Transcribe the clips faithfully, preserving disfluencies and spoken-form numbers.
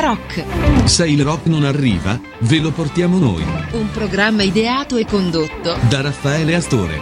Rock. Se il rock non arriva, ve lo portiamo noi. Un programma ideato e condotto da Raffaele Astore.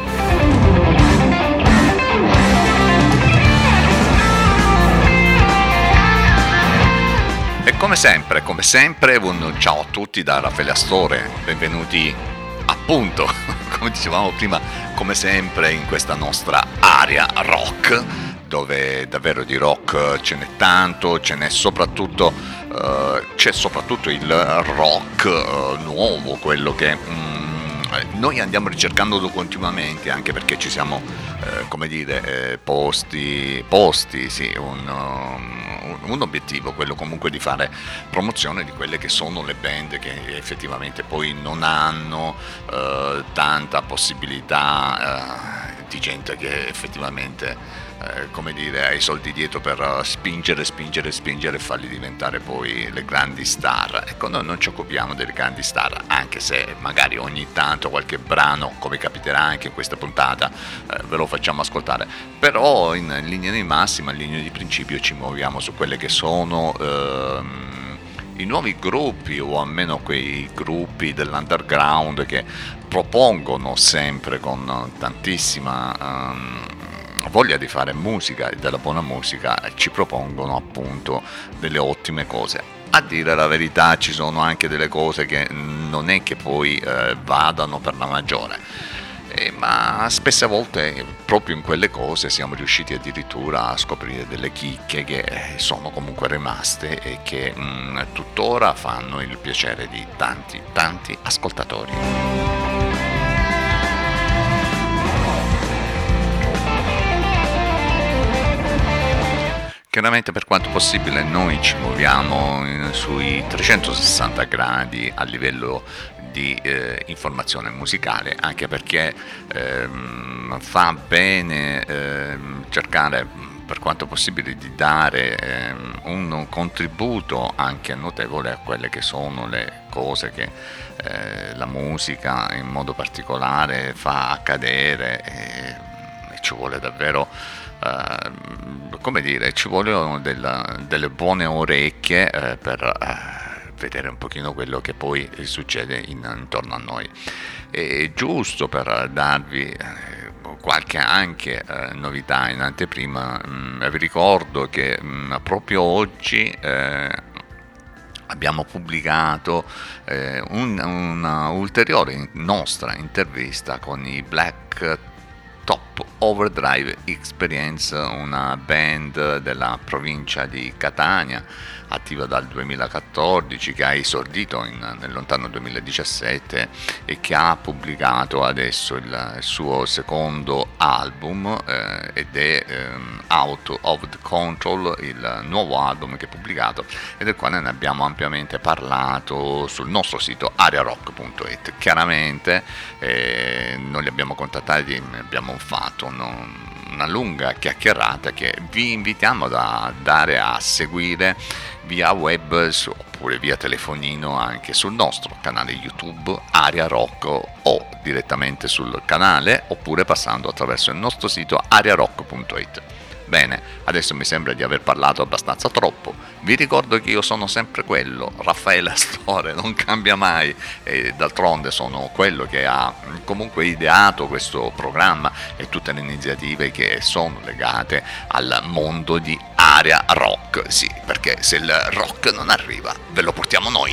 E come sempre, come sempre, un ciao a tutti da Raffaele Astore. Benvenuti appunto, come dicevamo prima, come sempre in questa nostra area rock, dove davvero di rock ce n'è tanto, ce n'è soprattutto, uh, c'è soprattutto il rock uh, nuovo, quello che mm, noi andiamo ricercando continuamente, anche perché ci siamo, eh, come dire, eh, posti, posti, sì, un, um, un obiettivo, quello comunque di fare promozione di quelle che sono le band che effettivamente poi non hanno uh, tanta possibilità, uh, di gente che effettivamente Eh, come dire, hai i soldi dietro per uh, spingere, spingere, spingere e farli diventare poi le grandi star. Ecco, noi non ci occupiamo delle grandi star, anche se magari ogni tanto qualche brano, come capiterà anche in questa puntata, eh, ve lo facciamo ascoltare. Però in, in linea di massima, in linea di principio ci muoviamo su quelle che sono ehm, i nuovi gruppi, o almeno quei gruppi dell'underground che propongono sempre con tantissima um, voglia di fare musica e della buona musica, ci propongono appunto delle ottime cose. A dire la verità, ci sono anche delle cose che non è che poi eh, vadano per la maggiore, eh, ma spesse volte proprio in quelle cose siamo riusciti addirittura a scoprire delle chicche che sono comunque rimaste e che mh, tuttora fanno il piacere di tanti tanti ascoltatori. Chiaramente, per quanto possibile, noi ci muoviamo sui trecentosessanta gradi a livello di eh, informazione musicale, anche perché ehm, fa bene ehm, cercare per quanto possibile di dare ehm, un contributo anche notevole a quelle che sono le cose che eh, la musica in modo particolare fa accadere, e, e ci vuole davvero Uh, come dire, ci vogliono della, delle buone orecchie uh, per uh, vedere un pochino quello che poi succede in, intorno a noi. È giusto, per darvi uh, qualche anche uh, novità in anteprima, um, vi ricordo che um, proprio oggi uh, abbiamo pubblicato uh, un, una ulteriore nostra intervista con i Black Top Overdrive Experience, una band della provincia di Catania, attiva dal duemilaquattordici, che ha esordito in, nel lontano duemiladiciassette e che ha pubblicato adesso il, il suo secondo album, eh, ed è ehm, Out of the Control, il nuovo album che ha pubblicato e del quale ne abbiamo ampiamente parlato sul nostro sito aria rock punto it. Chiaramente eh, noi li abbiamo contattati, abbiamo fatto un, una lunga chiacchierata che vi invitiamo a dare a seguire via web oppure via telefonino anche sul nostro canale YouTube Aria Rock, o direttamente sul canale, oppure passando attraverso il nostro sito aria rock punto it. Bene, adesso mi sembra di aver parlato abbastanza troppo. Vi ricordo che io sono sempre quello, Raffaele Astore, non cambia mai, e d'altronde sono quello che ha comunque ideato questo programma e tutte le iniziative che sono legate al mondo di Aria Rock. Sì, perché se il rock non arriva, ve lo portiamo noi.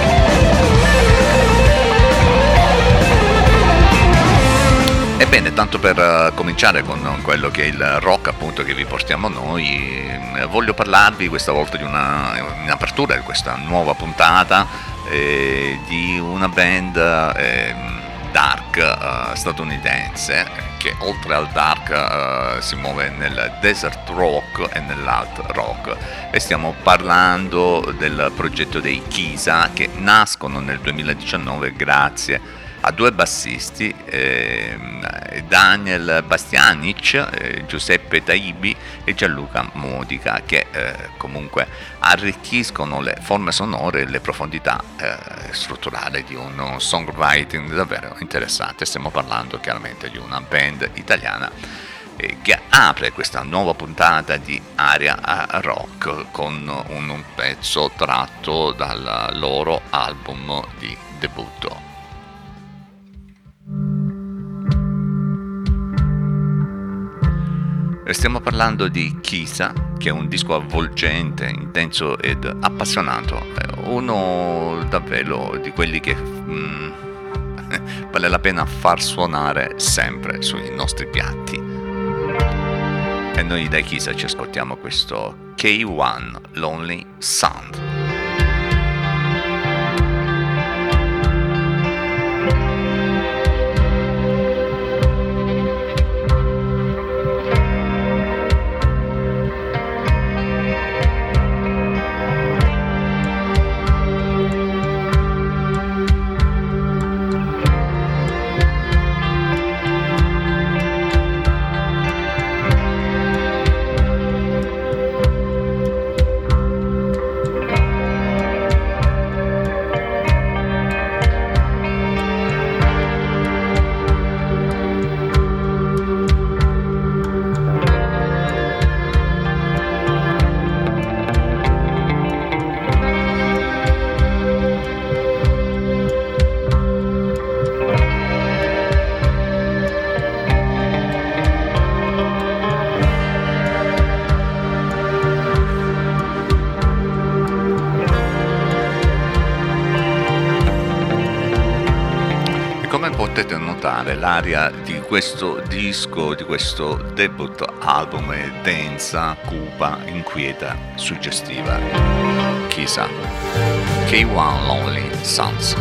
Ebbene, tanto per uh, cominciare con quello che è il rock appunto che vi portiamo noi, eh, voglio parlarvi questa volta di una in apertura di questa nuova puntata eh, di una band eh, dark uh, statunitense che oltre al dark uh, si muove nel desert rock e nell'alt rock, e stiamo parlando del progetto dei Kisa, che nascono nel duemiladiciannove grazie a due bassisti, eh, Daniel Bastianic, eh, Giuseppe Taibi e Gianluca Modica, che eh, comunque arricchiscono le forme sonore e le profondità eh, strutturali di un songwriting davvero interessante. Stiamo parlando chiaramente di una band italiana eh, che apre questa nuova puntata di Aria Rock con un, un pezzo tratto dal loro album di debutto. Stiamo parlando di Kisa, che è un disco avvolgente, intenso ed appassionato, uno davvero di quelli che mm, vale la pena far suonare sempre sui nostri piatti. E noi dai Kisa ci ascoltiamo questo K uno Lonely Sound. Potete notare l'aria di questo disco, di questo debut album è densa, cupa, inquieta, suggestiva. Kisa, K uno Lonely Sounds.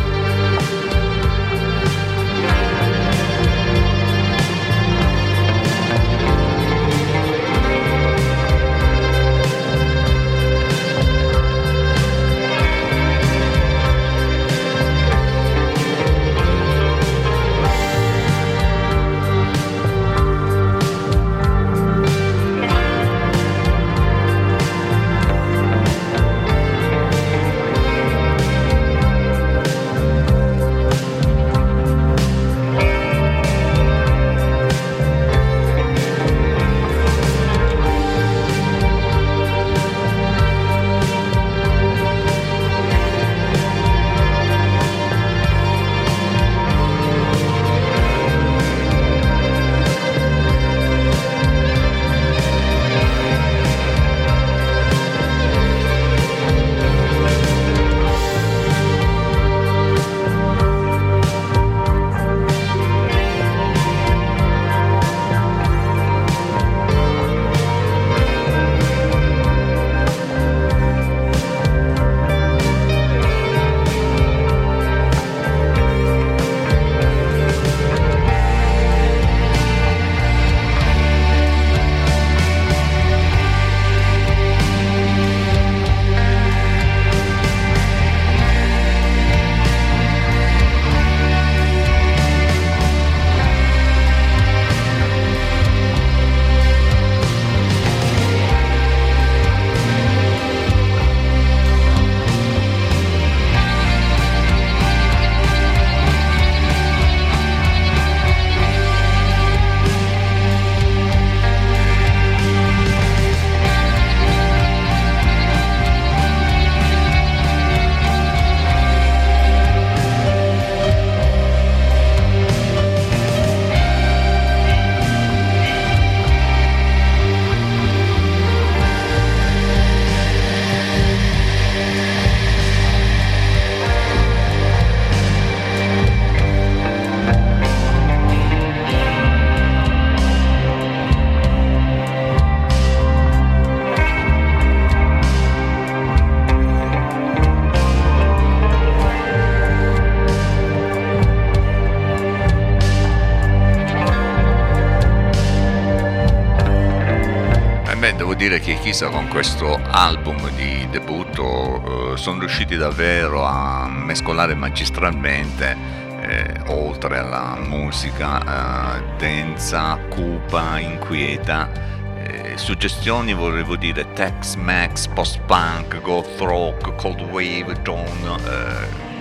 Dire che Kisa con questo album di debutto eh, sono riusciti davvero a mescolare magistralmente, eh, oltre alla musica eh, densa, cupa, inquieta, eh, suggestioni, volevo dire Tex-Mex, post-punk, goth rock, cold wave, tone, eh,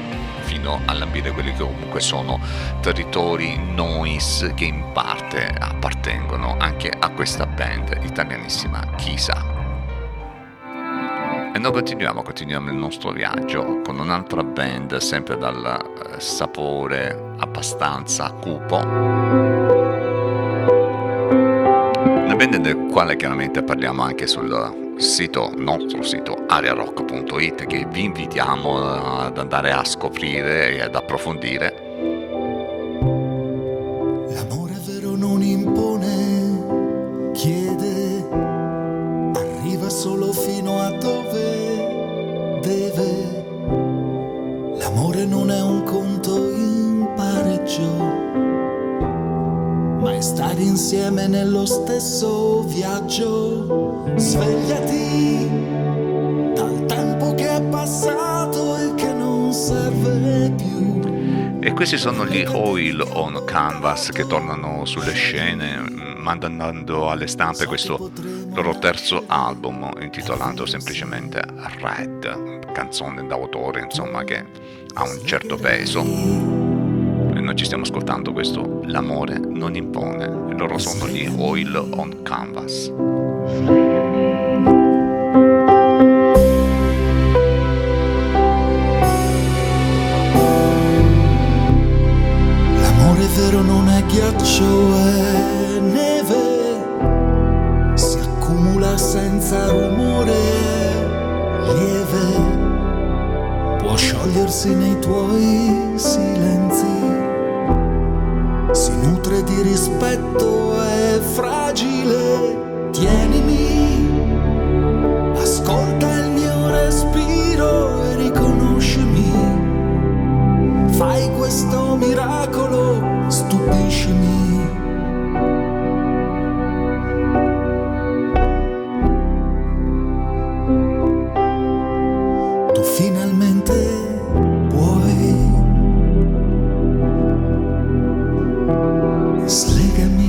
fino a lambire quelli che comunque sono territori noise che in parte appartengono anche a questa band italianissima Chisa. E noi continuiamo, continuiamo il nostro viaggio con un'altra band sempre dal eh, sapore abbastanza cupo, una band del quale chiaramente parliamo anche sul sito, nostro sito ariarock punto it, che vi invitiamo ad andare a scoprire e ad approfondire. L'amore vero non impone, chiede, arriva solo fino a dove deve. L'amore non è un conto in pareggio, ma è stare insieme nello stesso viaggio. Svegliati dal tempo che è passato e che non serve più. E questi sono gli Oil on Canvas che tornano sulle scene, mandando alle stampe questo loro terzo album intitolato semplicemente Red, canzone d'autore insomma che ha un certo peso. E noi ci stiamo ascoltando questo L'amore non impone, e loro sono gli Oil on Canvas. L'amore vero non è ghiaccio, è neve, si accumula senza rumore, lieve, può sciogliersi nei tuoi silenzi, si nutre di rispetto, è fragile, tienimi, ascolta il mio respiro e riconoscimi, fai questo miracolo, stupiscimi. Tu finalmente puoi, slegami.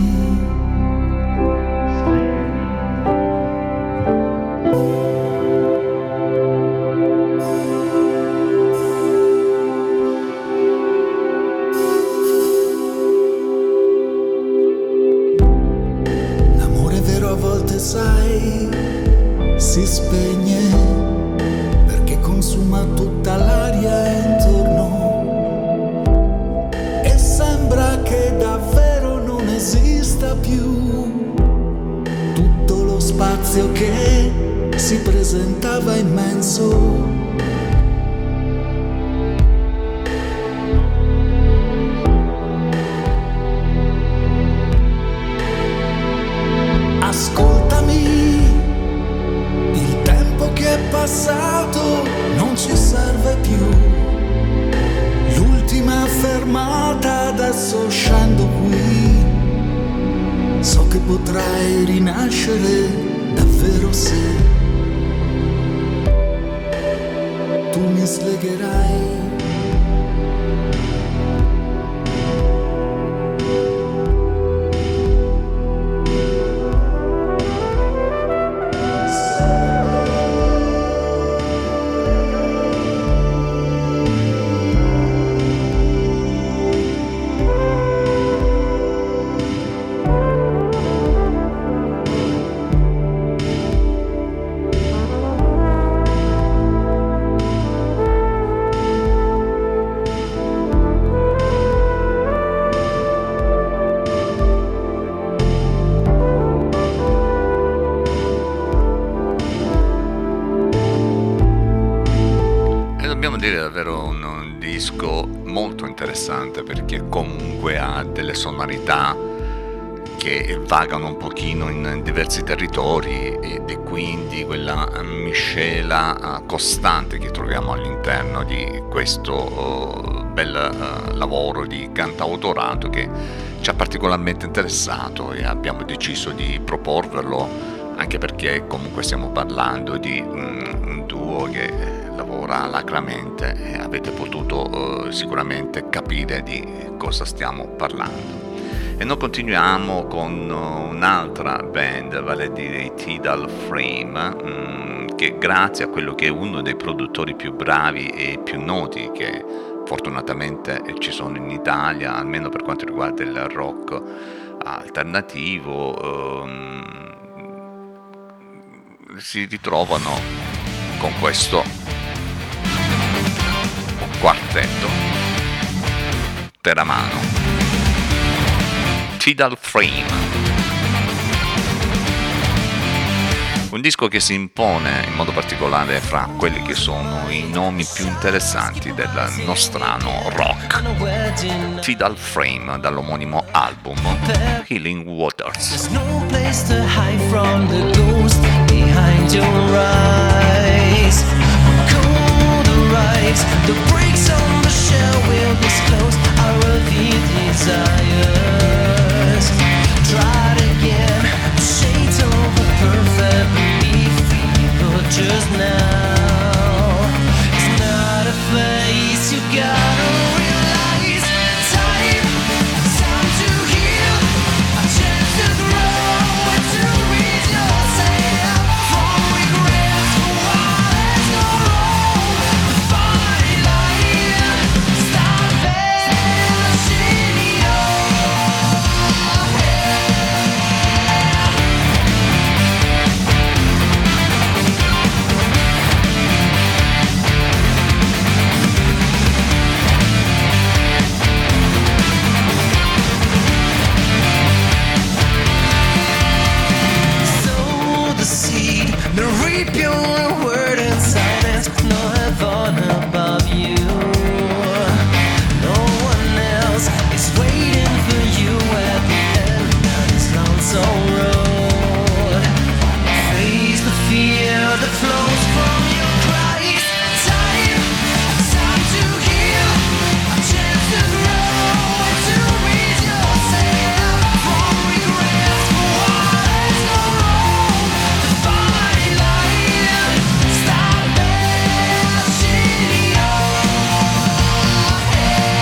L'amore vero a volte, sai, si spegne perché consuma tutta l'aria intorno e sembra che davvero non esista più tutto lo spazio che si presentava immenso. Ascoltami, il tempo che è passato non ci serve più. L'ultima fermata, adesso scendo qui. So che potrai rinascere davvero se tu mi slegherai. Interessante perché comunque ha delle sonorità che vagano un pochino in diversi territori ed è quindi quella miscela costante che troviamo all'interno di questo bel lavoro di cantautorato che ci ha particolarmente interessato e abbiamo deciso di proporverlo, anche perché comunque stiamo parlando di un duo che lavora alacremente e avete potuto eh, sicuramente capire di cosa stiamo parlando. E noi continuiamo con un'altra band, vale a dire i Tidal Frame, mh, che grazie a quello che è uno dei produttori più bravi e più noti che fortunatamente ci sono in Italia, almeno per quanto riguarda il rock alternativo, ehm, si ritrovano con questo quartetto teramano, Tidal Frame. Un disco che si impone in modo particolare fra quelli che sono i nomi più interessanti del nostrano rock. Tidal Frame, dall'omonimo album Healing Waters. There's no place to hide from the ghost behind your eyes. Cold arrives, the breaks on the shell will disclose our revealed desires. Tried again, shades of a perfect belief, but just now it's not a face you gotta realize. Time, time to heal, a chance to grow and to reach yourself from regrets for what has gone wrong. Find light, stop vanishing your head. Sow the seed, then reap your word in silence. No heaven above you. No one else is waiting for you at the end of this lonesome road. Face the fear that flows from your cries. Time, time to heal, a chance to grow and to reach yourself from regrets for what has gone wrong. Find light, stop vanishing your head.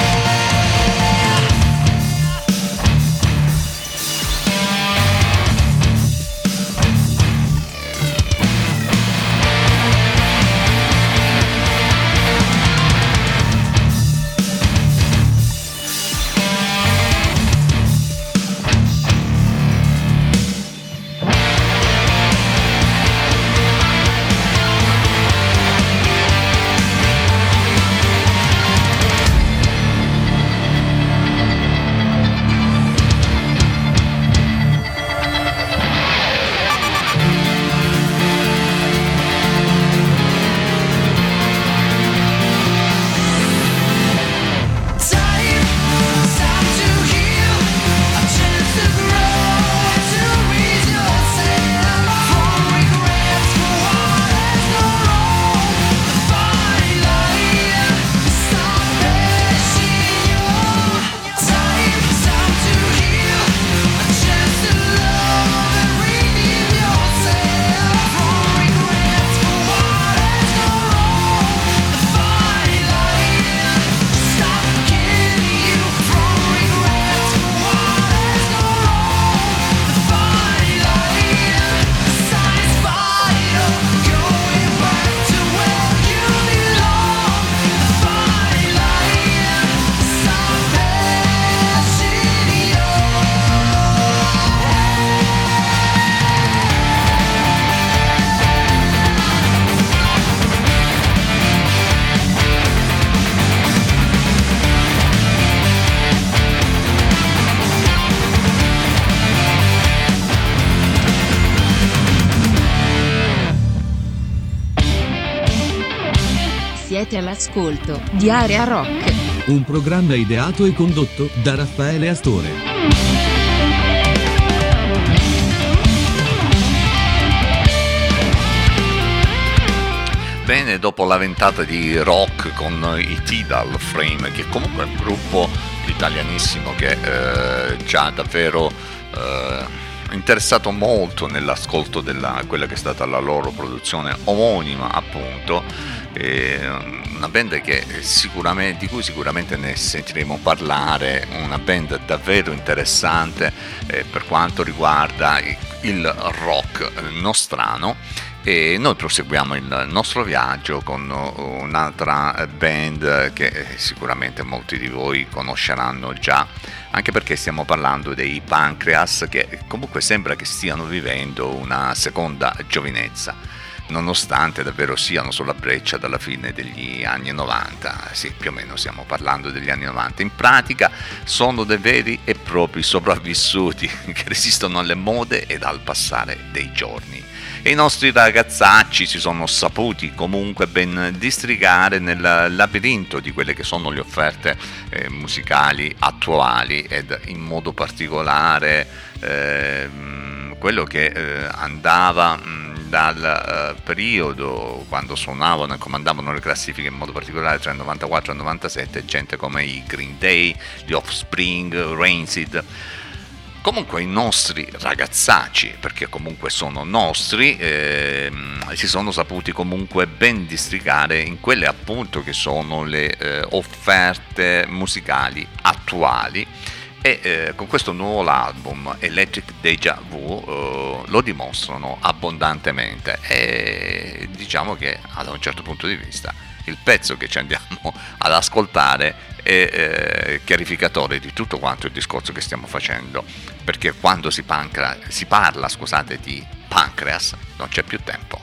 Time, time to heal, a chance to grow and to reach yourself from regrets for what has gone wrong. Find light, stop vanishing your time, time to heal, a chance to love and redeem yourself from regrets for what has gone wrong. Find light, stop killing you from regrets for what has gone wrong. Find light, science fighter, going back to where you belong. Find light, stop vanishing your Siete all'ascolto di Area Rock. Un programma ideato e condotto da Raffaele Astore. Bene, dopo la ventata di rock con i Tidal Frame, che comunque è un gruppo italianissimo che eh, ci ha davvero eh, interessato molto nell'ascolto della quella che è stata la loro produzione omonima, appunto, e una band che sicuramente, di cui sicuramente ne sentiremo parlare, una band davvero interessante eh, per quanto riguarda il rock nostrano, E noi proseguiamo il nostro viaggio con un'altra band che sicuramente molti di voi conosceranno già, anche perché stiamo parlando dei Pancreas, che comunque sembra che stiano vivendo una seconda giovinezza, nonostante davvero siano sulla breccia dalla fine degli anni novanta. Sì, più o meno stiamo parlando degli anni novanta. In pratica sono dei veri e propri sopravvissuti che resistono alle mode ed al passare dei giorni. E i nostri ragazzacci si sono saputi comunque ben districare nel labirinto di quelle che sono le offerte eh, musicali attuali, ed in modo particolare eh, quello che eh, andava mh, dal uh, periodo quando suonavano e comandavano le classifiche, in modo particolare tra il novantaquattro e il novantasette, gente come i Green Day, gli Offspring, Rancid. Comunque i nostri ragazzacci, perché comunque sono nostri, eh, si sono saputi comunque ben districare in quelle appunto che sono le eh, offerte musicali attuali, e eh, con questo nuovo album Electric Deja Vu eh, lo dimostrano abbondantemente, e diciamo che da un certo punto di vista il pezzo che ci andiamo ad ascoltare è eh, chiarificatore di tutto quanto il discorso che stiamo facendo, perché quando si, pancra- si parla scusate, di Pancreas non c'è più tempo.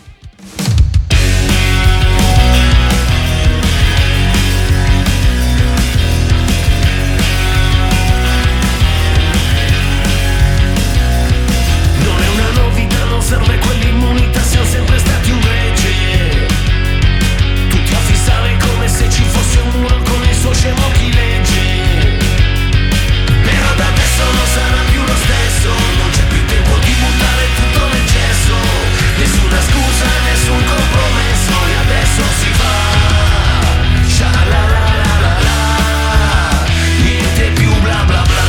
Non è una novità, non serve quell'immunità, siamo sempre stati un gregge. Tutti a fissare come se ci fosse un muro con il suo scemo chi legge. Però da adesso non sarà più lo stesso, non c'è più tempo di buttare tutto nel cesso. Nessuna scusa, nessun compromesso, e adesso si fa. Sha la la la la la, niente più bla bla bla.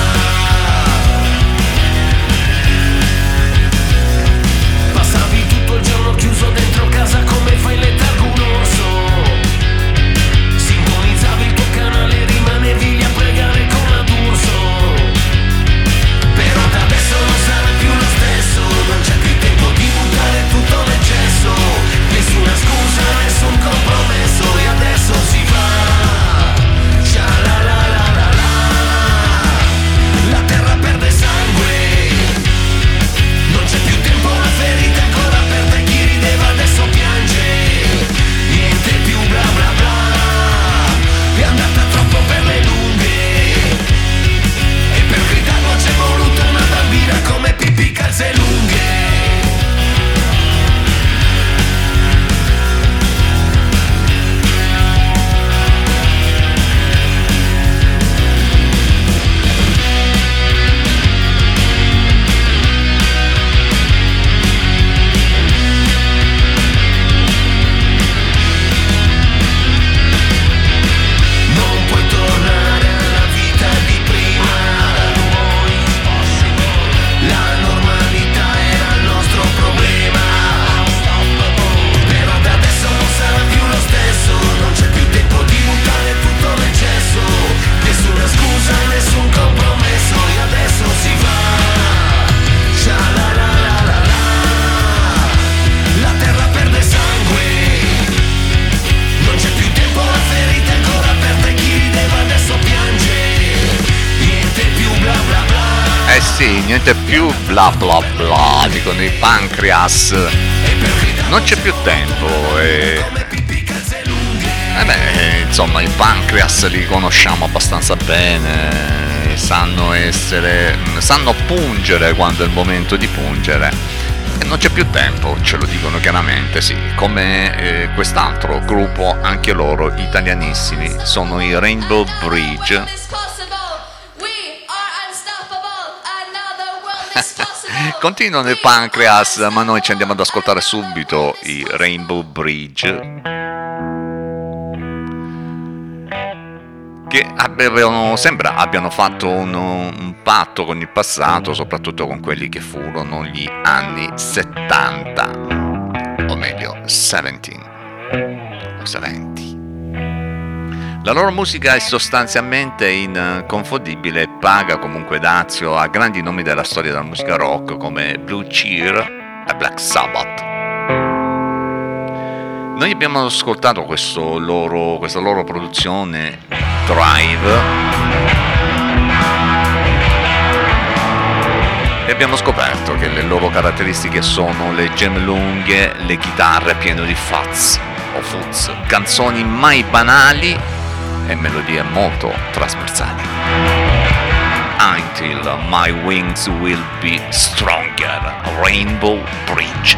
Passavi tutto il giorno chiuso dentro casa come fai letargo un orso. Sintonizzavi il tuo canale, rimanevi lì a pregare con la d'urso. Però da adesso non sarà più lo stesso, non c'è più tempo di buttare tutto nel cesso. Nessuna scusa, nessun compromesso, e adesso si va. Sha la la la la la, la terra perde sangue. Non c'è più tempo, la ferita è ancora aperta e chi rideva adesso piange. Niente più bla bla bla, è andata troppo per le lunghe. E per gridarlo c'è voluta una bambina come Pippi calze lunghe. Non puoi tornare alla vita di prima, la normalità era il nostro problema. Però da adesso non sarà più lo stesso, non c'è più tempo di buttare tutto nel cesso. Nessuna scusa, nessun compromesso, e adesso si va. Sha la la la la la, la terra perde sangue. Non c'è più tempo, la ferita è ancora aperta e chi rideva adesso piange. Niente più bla bla bla. Eh sì, niente più bla bla bla, dicono i Pancreas. Non c'è più tempo e... Eh beh, insomma, i Pancreas li conosciamo abbastanza bene, sanno essere, sanno pungere quando è il momento di pungere. E non c'è più tempo, ce lo dicono chiaramente, sì, come eh, quest'altro gruppo, anche loro italianissimi, sono i Rainbow Bridge. Continuano i Pancreas, ma noi ci andiamo ad ascoltare subito i Rainbow Bridge, che abbiano, sembra abbiano fatto un, un patto con il passato, soprattutto con quelli che furono gli anni settanta, o meglio seventeen o seventy. La loro musica è sostanzialmente inconfondibile e paga comunque dazio a grandi nomi della storia della musica rock come Blue Cheer e Black Sabbath. Noi abbiamo ascoltato questo loro, questa loro produzione Drive e abbiamo scoperto che le loro caratteristiche sono le gemme lunghe, le chitarre piene di fuzz o fuzz, canzoni mai banali e melodie molto trasversali. Until My Wings Will Be Stronger, Rainbow Bridge.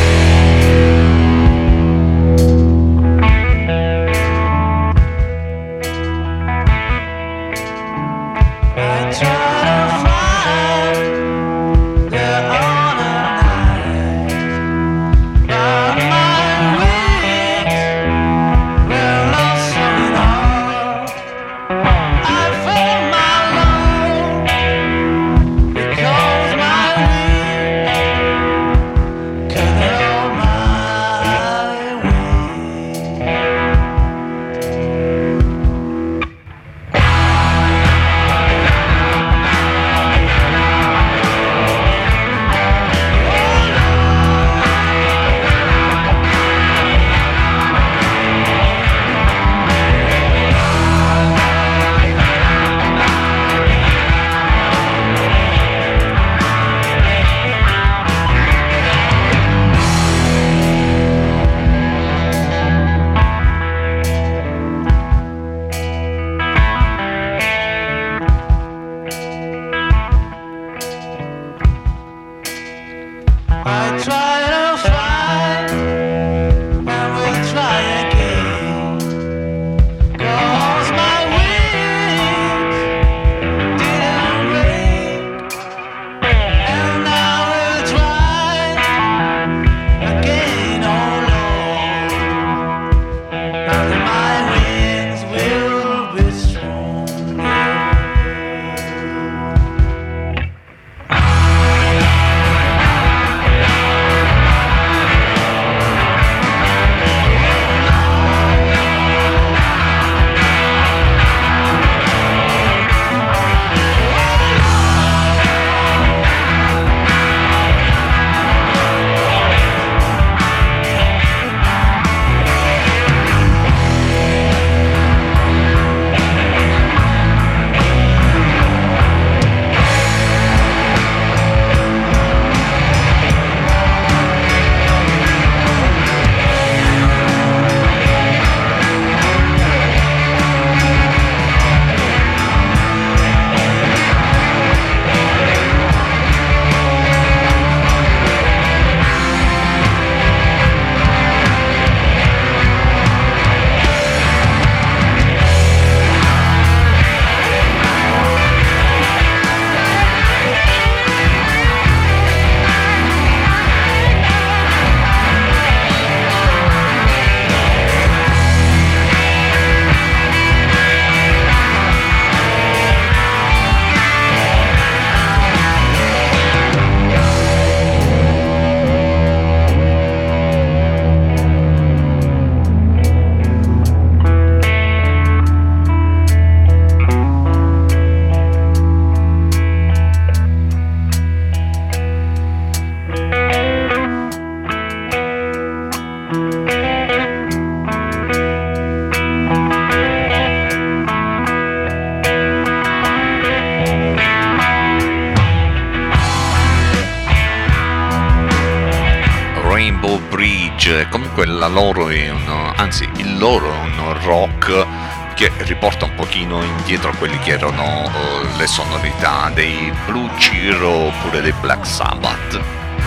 Comunque la loro è un, anzi il loro è un rock che riporta un pochino indietro a quelli che erano uh, le sonorità dei Blue Cheer oppure dei Black Sabbath,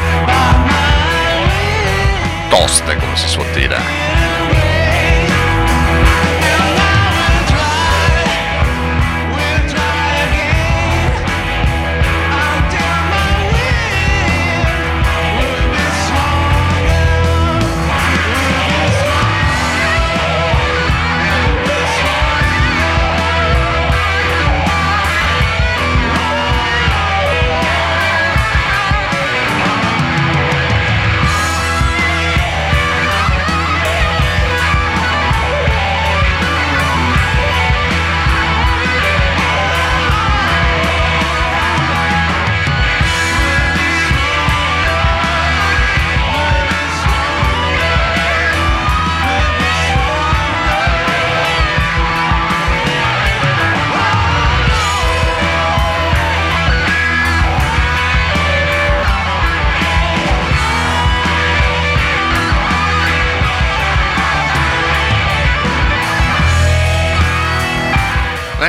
toste come si suol dire.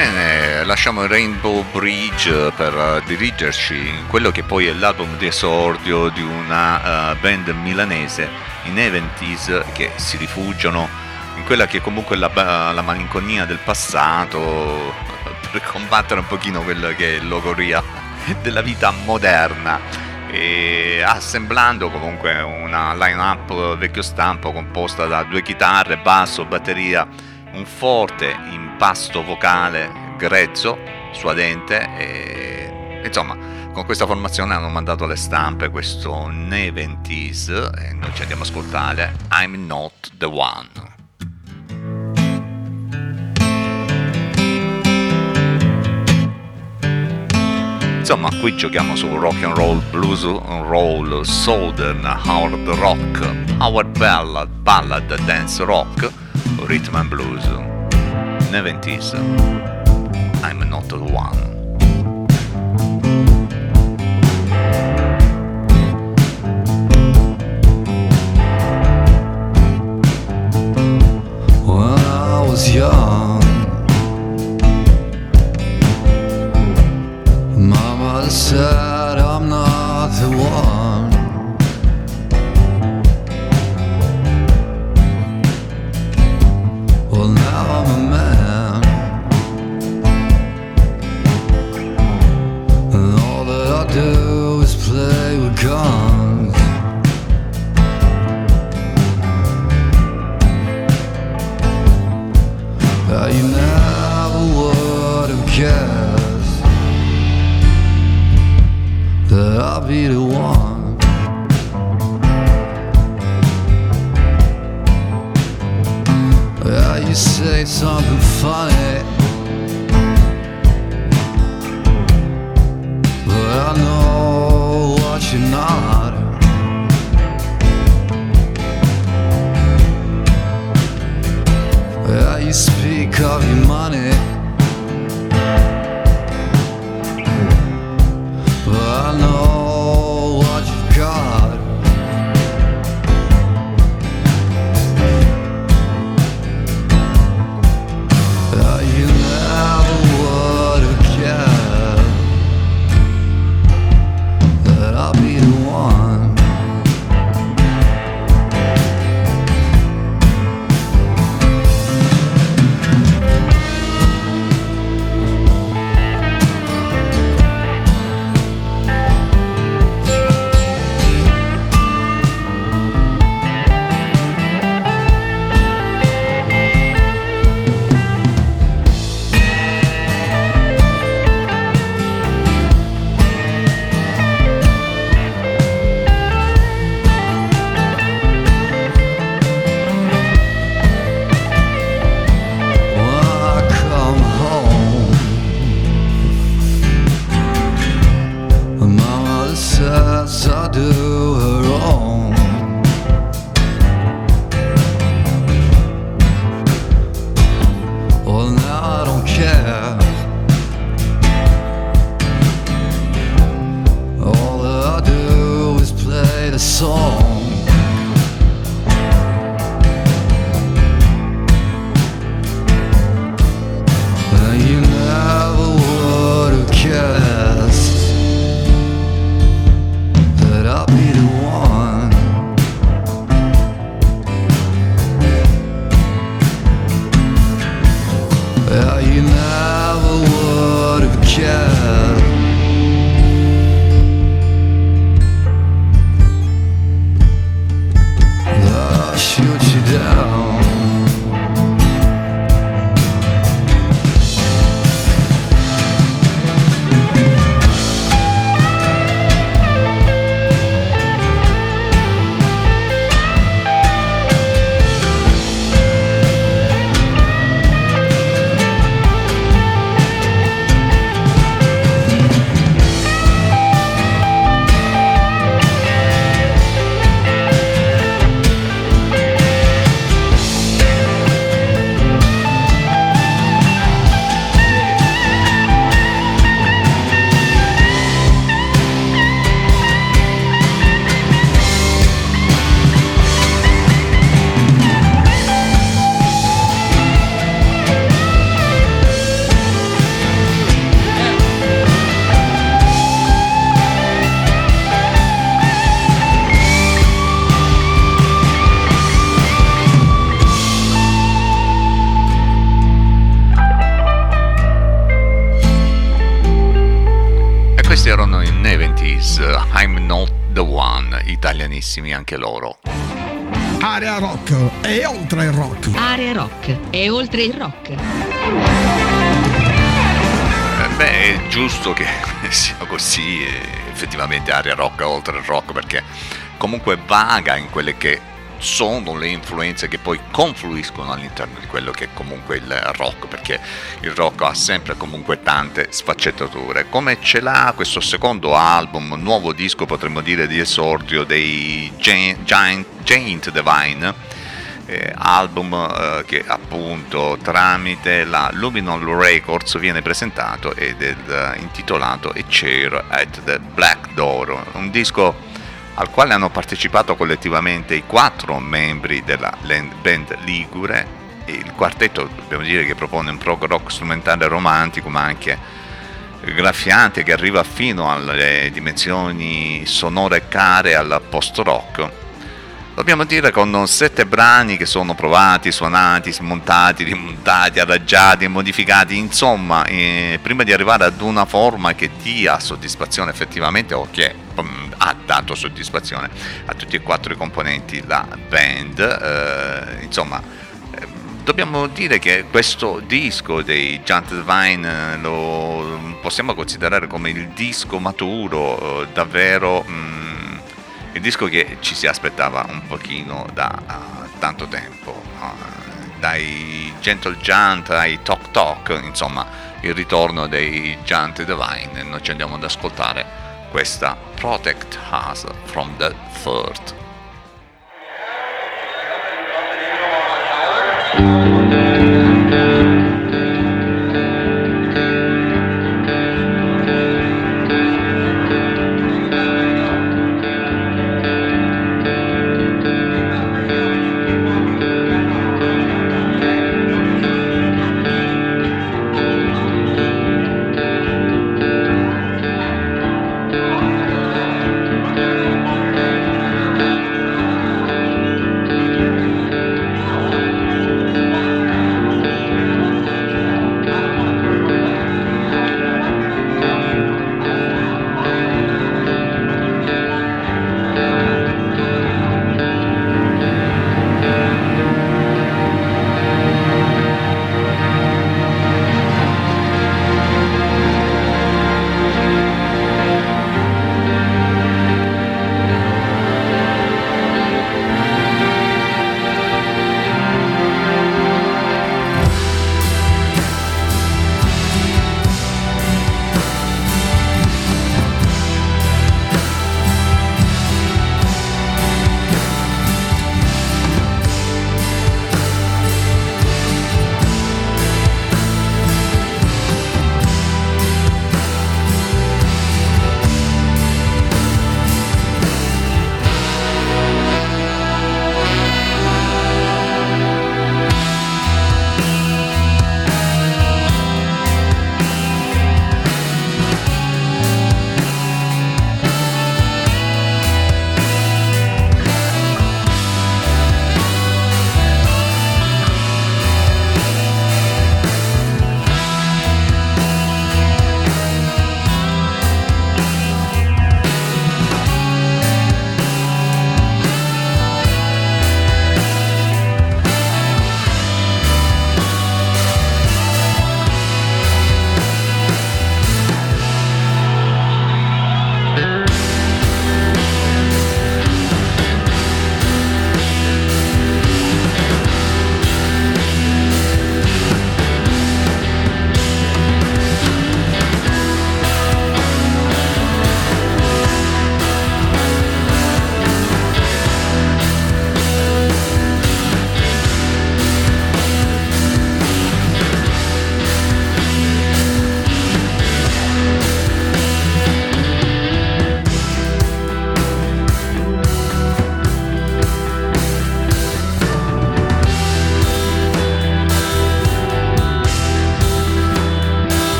Bene, lasciamo il Rainbow Bridge per dirigerci in quello che poi è l'album di esordio di una uh, band milanese, i Neventies, che si rifugiano in quella che comunque è la, la malinconia del passato per combattere un pochino quello che è l'ogoria della vita moderna, e assemblando comunque una line-up vecchio stampo composta da due chitarre, basso, batteria, un forte impasto vocale grezzo, suadente, e insomma con questa formazione hanno mandato alle stampe questo Neventies e noi ci andiamo a ascoltare I'm Not The One. Insomma, qui giochiamo su rock and roll, blues and roll, southern, hard rock, power ballad, ballad, dance rock, rhythm and blues. Neventies, I'm Not The One. When I was young, Mama said I'm not the one. Well, now I'm a man, and all that I do is play with guns. Uh, you never would have guessed that I'll be the one. Yeah, you say something funny, but I know what you're not. Yeah, you speak of your money, but I know what you've got. Yeah, you never would have guessed that I'll be the one. italianissimi anche loro. Area Rock e oltre il rock. Area Rock e oltre il rock. Eh, beh, è giusto che sia così, effettivamente Area Rock e oltre il rock, perché comunque vaga in quelle che sono le influenze che poi confluiscono all'interno di quello che è comunque il rock, perché il rock ha sempre comunque tante sfaccettature, come ce l'ha questo secondo album, nuovo disco potremmo dire di esordio dei Giant, Giant, Giant Divine, eh, album eh, che appunto tramite la Luminol Records viene presentato ed è eh, intitolato A Chair at the Black Door, un disco al quale hanno partecipato collettivamente i quattro membri della band ligure, e il quartetto dobbiamo dire che propone un prog rock strumentale romantico ma anche graffiante, che arriva fino alle dimensioni sonore care al post rock. Dobbiamo dire con sette brani che sono provati, suonati, smontati, rimontati, arrangiati, modificati, insomma, eh, prima di arrivare ad una forma che dia soddisfazione effettivamente, o che um, ha dato soddisfazione a tutti e quattro i componenti della band. Eh, insomma, eh, dobbiamo dire che questo disco dei Giant Divine eh, lo possiamo considerare come il disco maturo, eh, davvero... Mm, il disco che ci si aspettava un pochino da uh, tanto tempo, uh, dai Gentle Giant ai Talk Talk, insomma il ritorno dei Giant Divine. Noi ci andiamo ad ascoltare questa Protect Us from the Third.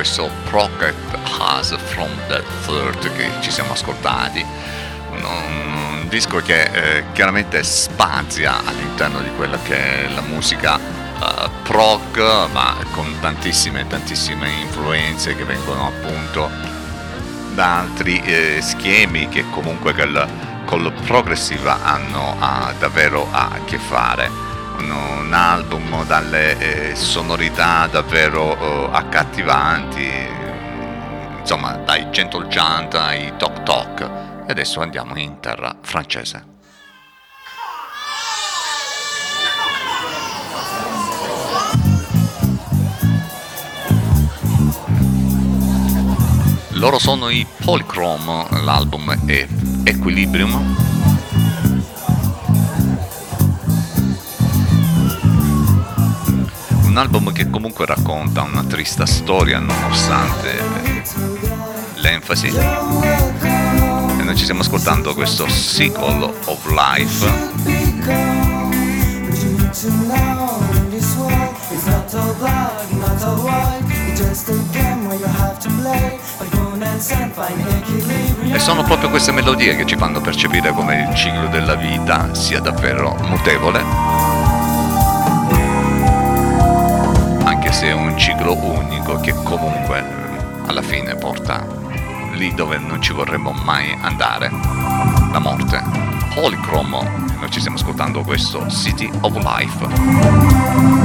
questo Pocket Has from the Third che ci siamo ascoltati, un, un disco che eh, chiaramente spazia all'interno di quella che è la musica uh, prog, ma con tantissime tantissime influenze che vengono appunto da altri eh, schemi che comunque col, col progressive hanno uh, davvero a che fare. Un, un album dalle eh, sonorità davvero eh, accattivanti, insomma dai Gentle Giant ai Tok Tok, e adesso andiamo in terra francese. Loro sono i Polychrome, l'album è Equilibrium. Un album che comunque racconta una triste storia nonostante l'enfasi, e noi ci stiamo ascoltando questo Sequel of Life. E sono proprio queste melodie che ci fanno percepire come il ciclo della vita sia davvero mutevole, se è un ciclo unico che comunque alla fine porta lì dove non ci vorremmo mai andare, la morte. Polychrome, noi ci stiamo ascoltando questo City of Life.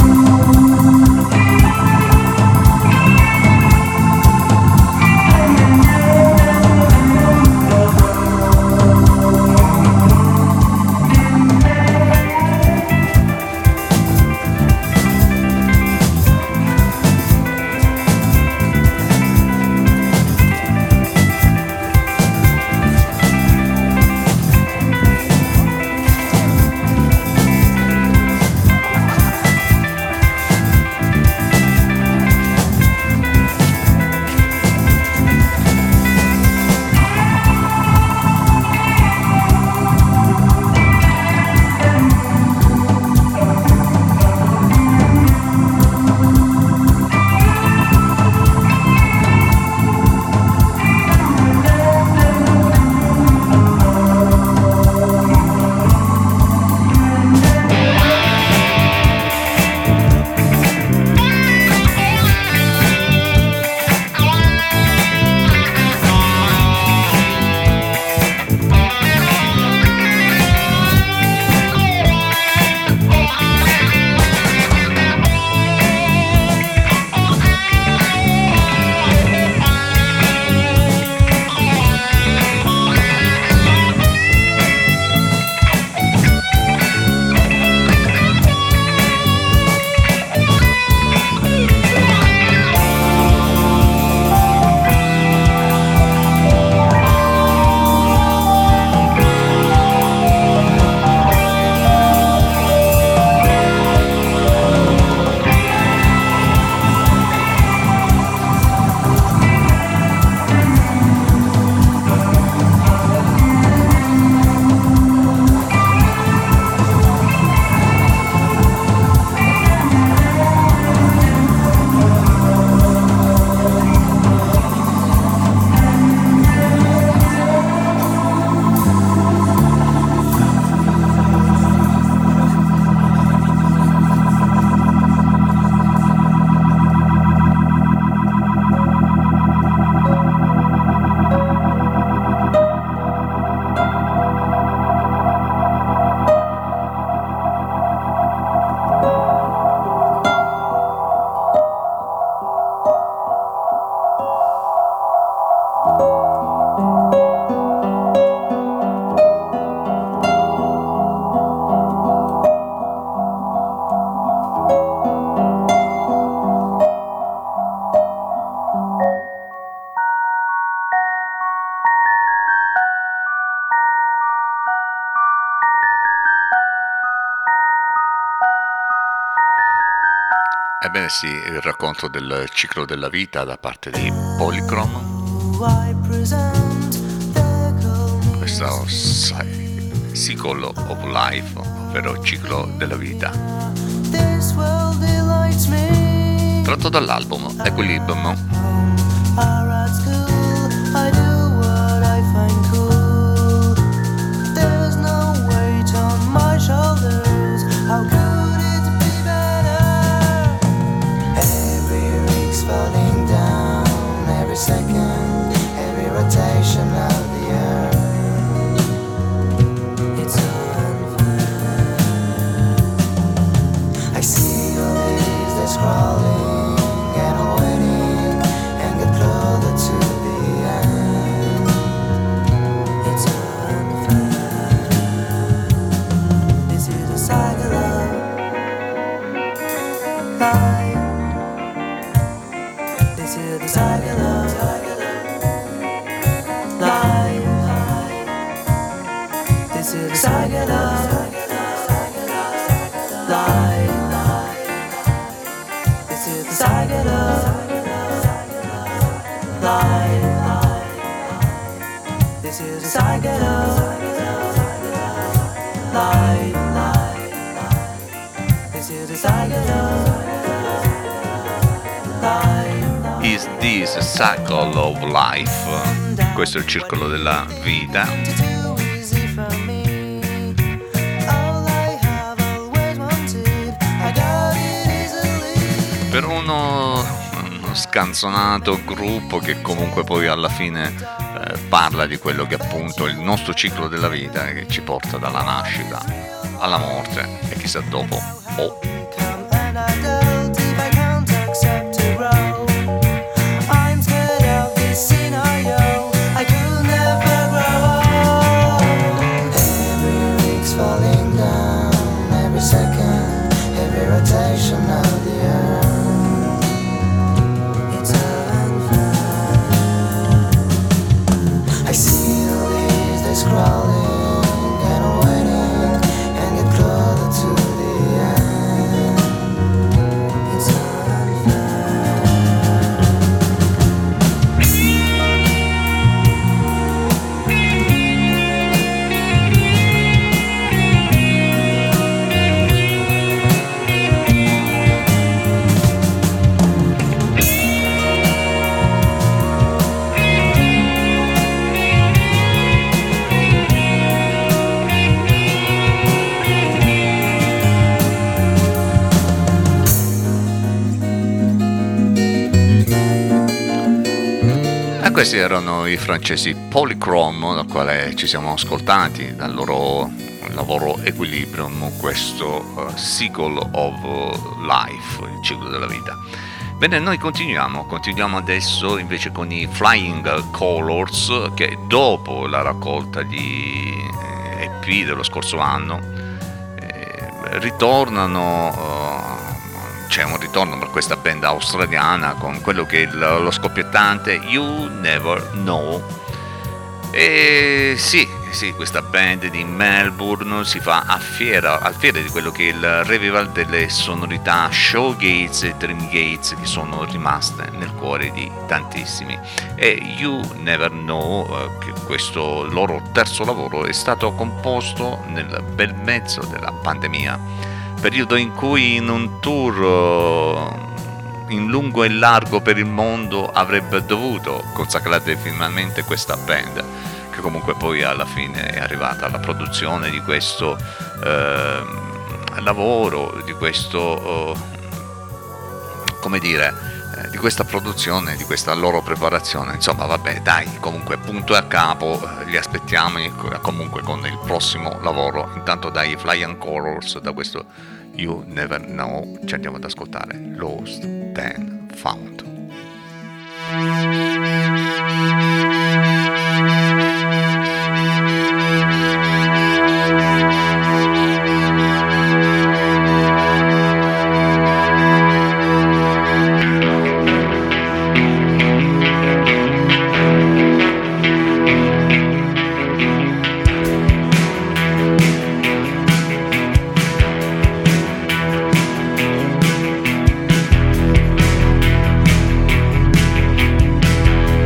Ebbene sì, il racconto del ciclo della vita da parte di Polychrome. Questo Cycle of Life, ovvero ciclo della vita, tratto dall'album Equilibrium. This is the Tiger Love Live. This is the Tiger Love Live. This is the Tiger Love Live. This is the Tiger Love Live. This is the Tiger Love Live. Is this a cycle of life? Questo è il circolo della vita. Per uno, uno scanzonato gruppo che comunque poi alla fine eh, parla di quello che è appunto il nostro ciclo della vita, che ci porta dalla nascita alla morte e chissà dopo. Oh. Questi erano i francesi Polychrome, dal quale ci siamo ascoltati, dal loro lavoro Equilibrium, questo uh, Cycle of Life, il ciclo della vita. Bene, noi continuiamo, continuiamo adesso invece con i Flying Colors, che dopo la raccolta di E P dello scorso anno eh, ritornano... Uh, c'è un ritorno per questa band australiana con quello che è il, lo scoppiettante You Never Know. E sì, sì, questa band di Melbourne si fa a fiera, a fiera di quello che è il revival delle sonorità shoegaze e dreamgaze che sono rimaste nel cuore di tantissimi. E You Never Know, che questo loro terzo lavoro, è stato composto nel bel mezzo della pandemia, periodo in cui in un tour in lungo e largo per il mondo avrebbe dovuto consacrare finalmente questa band, che comunque poi alla fine è arrivata alla produzione di questo eh, lavoro, di questo eh, come dire, eh, di questa produzione, di questa loro preparazione. Insomma, vabbè, dai, comunque punto e a capo, eh, li aspettiamo comunque con il prossimo lavoro. Intanto dai Flying Colors, da questo You Never Know, ci andiamo ad ascoltare Lost Then Found. Thank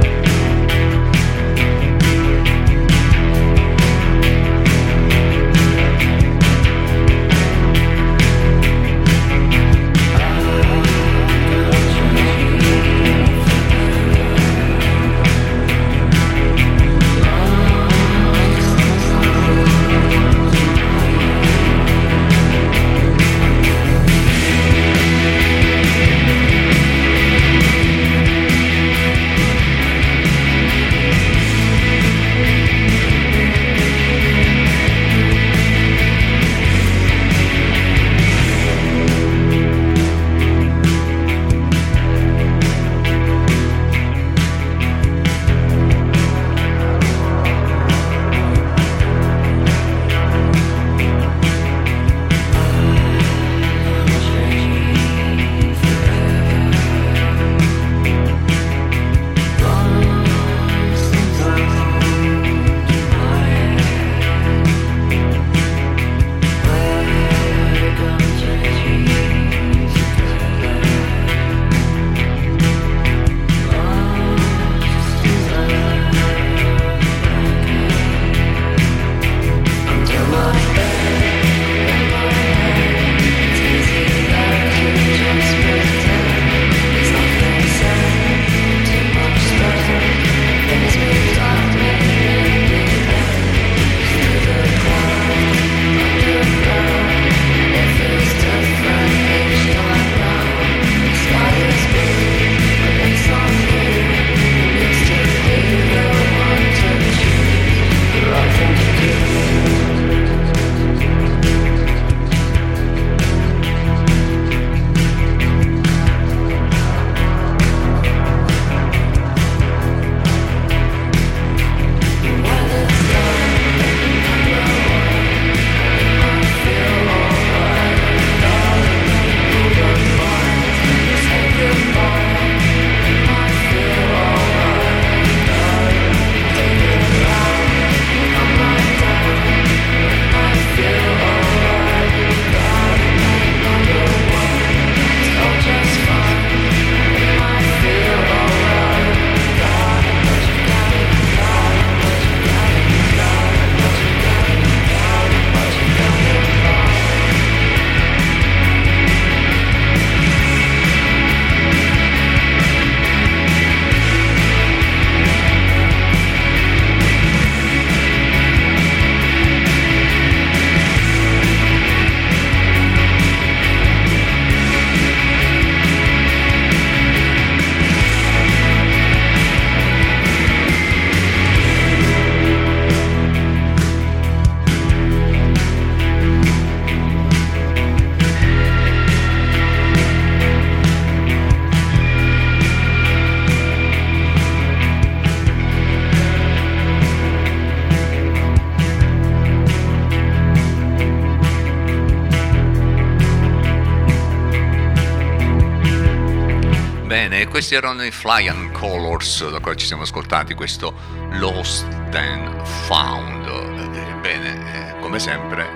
Bene, questi erano i Flying Colors, da cui ci siamo ascoltati questo Lost and Found. Bene, eh, come sempre,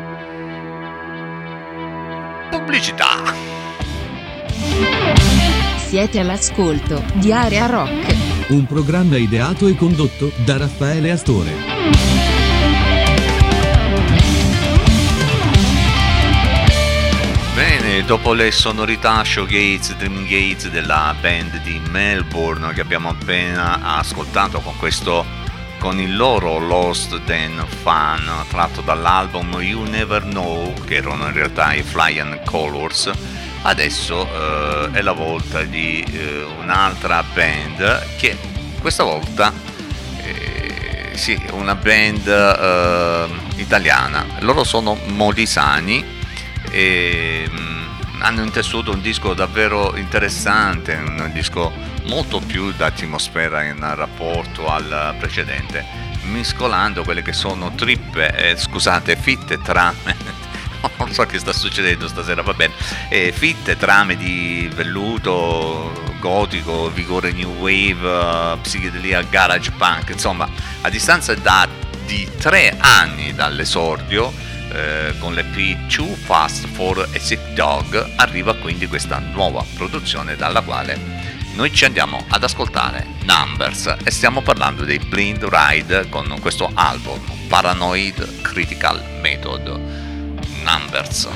pubblicità. Siete all'ascolto di Area Rock, un programma ideato e condotto da Raffaele Astore. Bene, dopo le sonorità Showgaze, Dreamgaze della band di Melbourne che abbiamo appena ascoltato con questo, con il loro Lost and Fun tratto dall'album You Never Know, che erano in realtà i Flying Colors, adesso eh, è la volta di eh, un'altra band che questa volta eh, sì, una band eh, italiana. Loro sono molisani e mh, hanno intessuto un disco davvero interessante, un disco molto più d'atmosfera in rapporto al precedente, mescolando quelle che sono trippe, eh, scusate, fitte trame non so che sta succedendo stasera, va bene, eh, fitte trame di velluto gotico, vigore new wave, psichedelia, garage punk, insomma, a distanza da, di tre anni dall'esordio, eh, con l'E P Too Fast for a Sick Dog, arriva quindi questa nuova produzione dalla quale noi ci andiamo ad ascoltare, Numbers, e stiamo parlando dei Blind Ride con questo album Paranoid Critical Method. Numbers.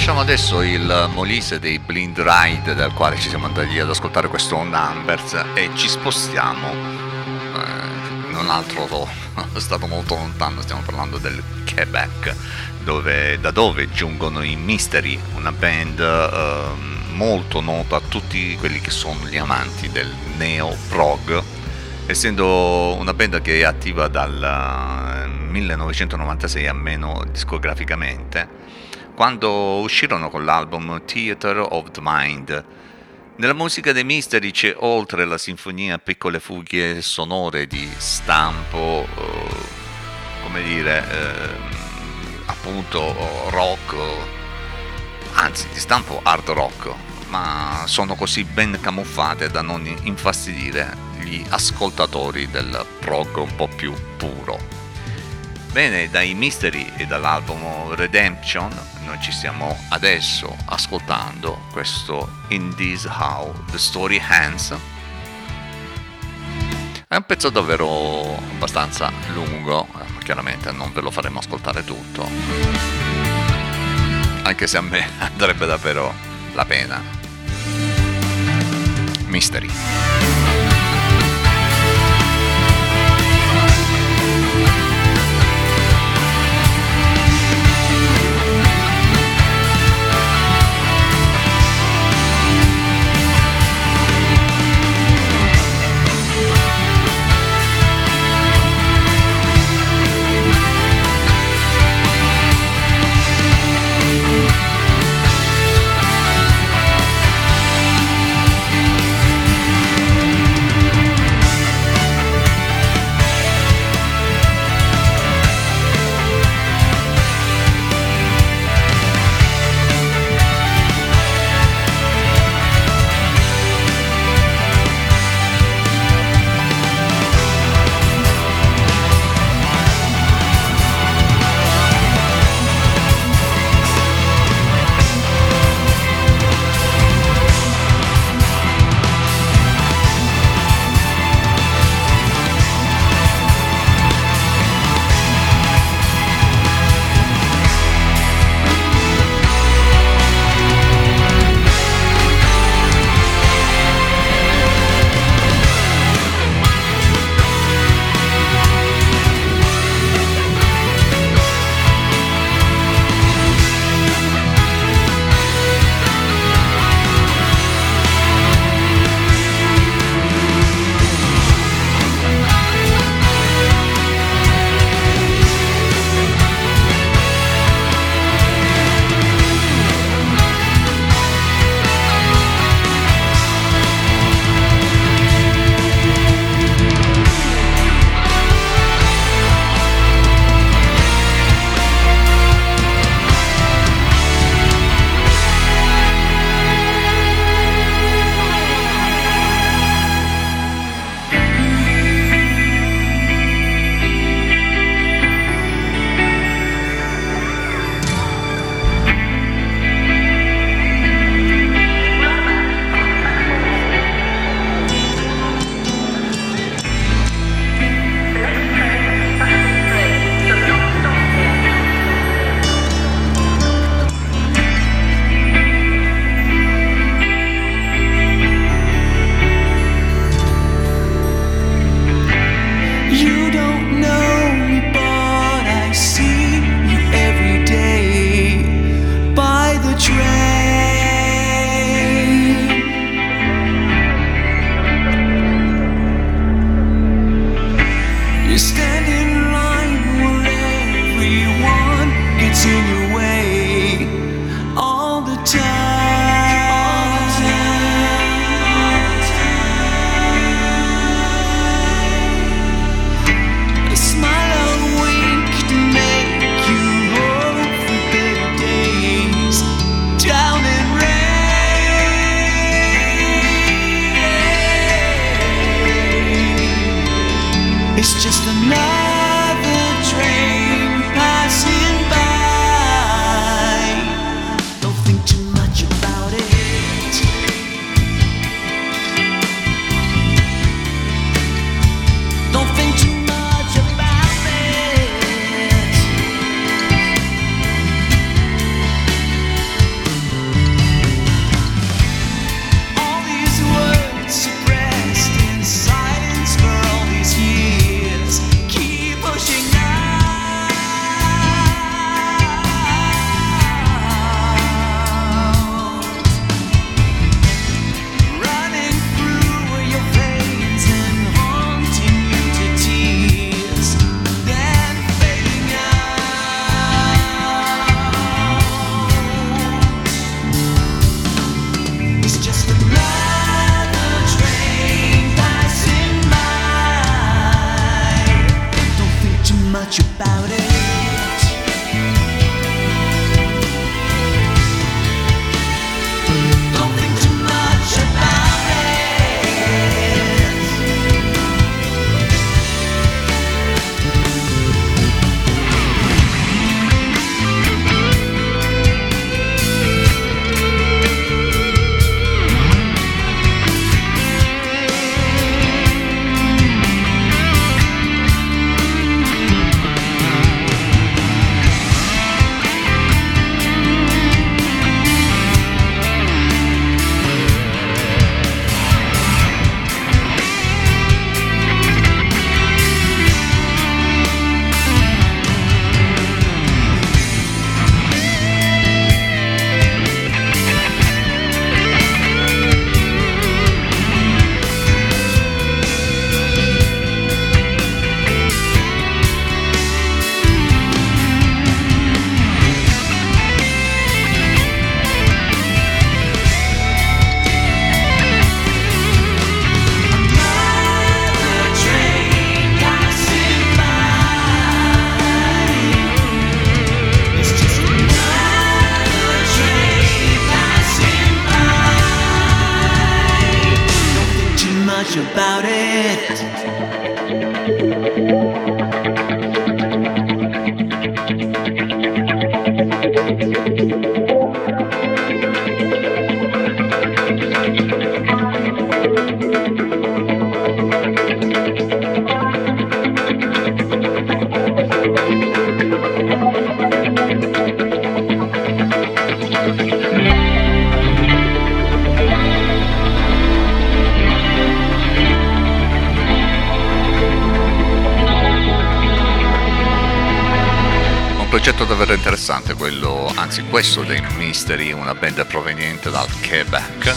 lasciamo adesso il Molise dei Blind Ride, dal quale ci siamo andati ad ascoltare questo Numbers, e ci spostiamo eh, in un altro stato molto lontano. Stiamo parlando del Quebec, dove, da dove giungono i Mystery, una band eh, molto nota a tutti quelli che sono gli amanti del neo prog, essendo una band che è attiva dal millenovecentonovantasei, almeno discograficamente, quando uscirono con l'album Theater of the Mind. Nella musica dei Mystery c'è, oltre la sinfonia, piccole fughe sonore di stampo, eh, come dire, eh, appunto rock, anzi di stampo hard rock, ma sono così ben camuffate da non infastidire gli ascoltatori del prog un po' più puro. Bene, dai Mystery e dall'album Redemption noi ci stiamo adesso ascoltando questo In This How the Story Ends. È un pezzo davvero abbastanza lungo, ma chiaramente non ve lo faremo ascoltare tutto, anche se a me andrebbe davvero la pena. Mystery. much about it. Un progetto davvero interessante quello, anzi questo dei Mystery, una band proveniente dal Quebec,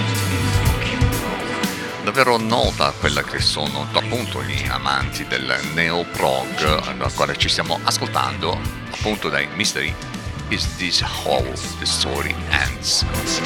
davvero nota quella che sono appunto gli amanti del neo-prog, dal quale ci stiamo ascoltando appunto dai Mystery. Is this how the story ends?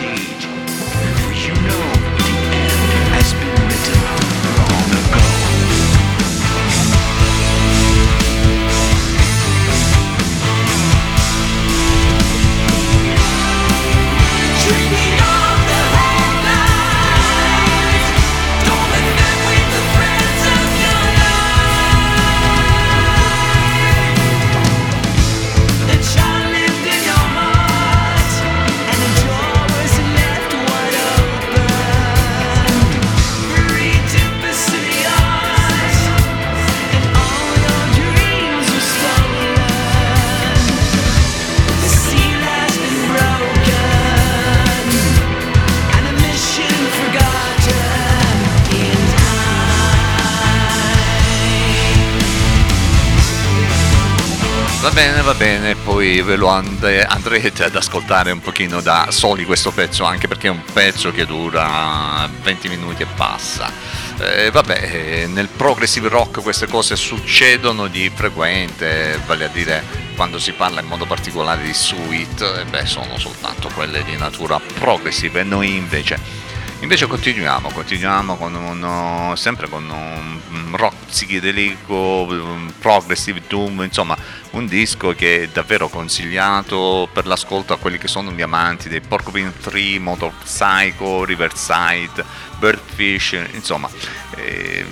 Va bene, va bene, poi ve lo and- andrete ad ascoltare un pochino da soli questo pezzo, anche perché è un pezzo che dura venti minuti e passa. Eh, vabbè, nel progressive rock queste cose succedono di frequente, vale a dire quando si parla in modo particolare di suite, eh beh, sono soltanto quelle di natura progressive, e noi invece... Invece continuiamo, continuiamo con uno, sempre con un rock psichedelico, un progressive doom, insomma un disco che è davvero consigliato per l'ascolto a quelli che sono gli amanti dei Porcupine Tree, Motor Psycho, Riverside, Birdfish, insomma eh,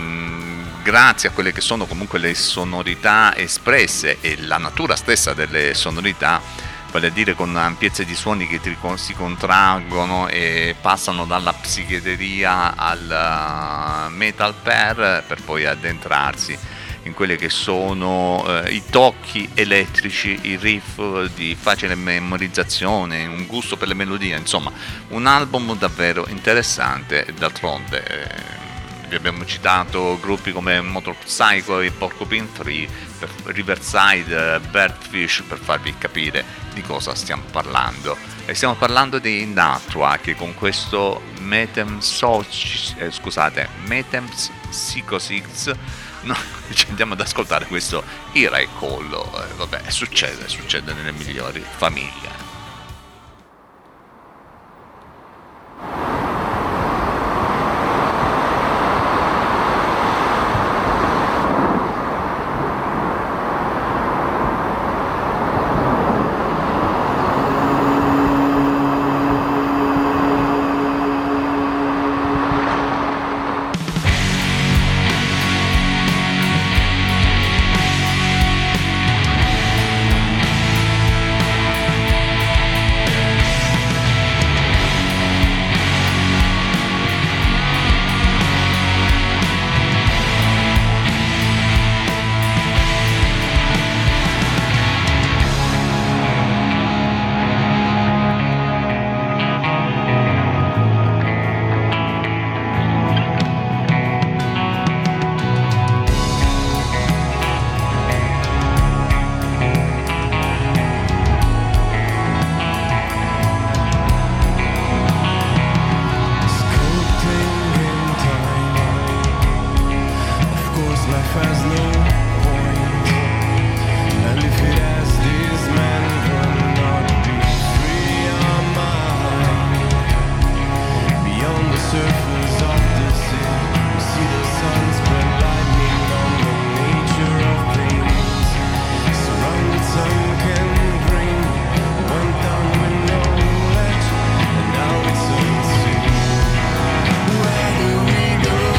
grazie a quelle che sono comunque le sonorità espresse e la natura stessa delle sonorità, vale a dire con ampiezze di suoni che si contraggono e passano dalla psichedelia al metal per, per poi addentrarsi in quelli che sono eh, i tocchi elettrici, i riff di facile memorizzazione, un gusto per le melodie, insomma un album davvero interessante. D'altronde eh, vi abbiamo citato gruppi come Motor Psycho e Porcupine Tree, Riverside, Birdfish, per farvi capire di cosa stiamo parlando. E stiamo parlando di Natua, che con questo Metempsychosis, eh, scusate, Metempsychosis, no, ci andiamo ad ascoltare questo Ira e Collo. Eh, vabbè, succede, succede nelle migliori famiglie. Where do we go?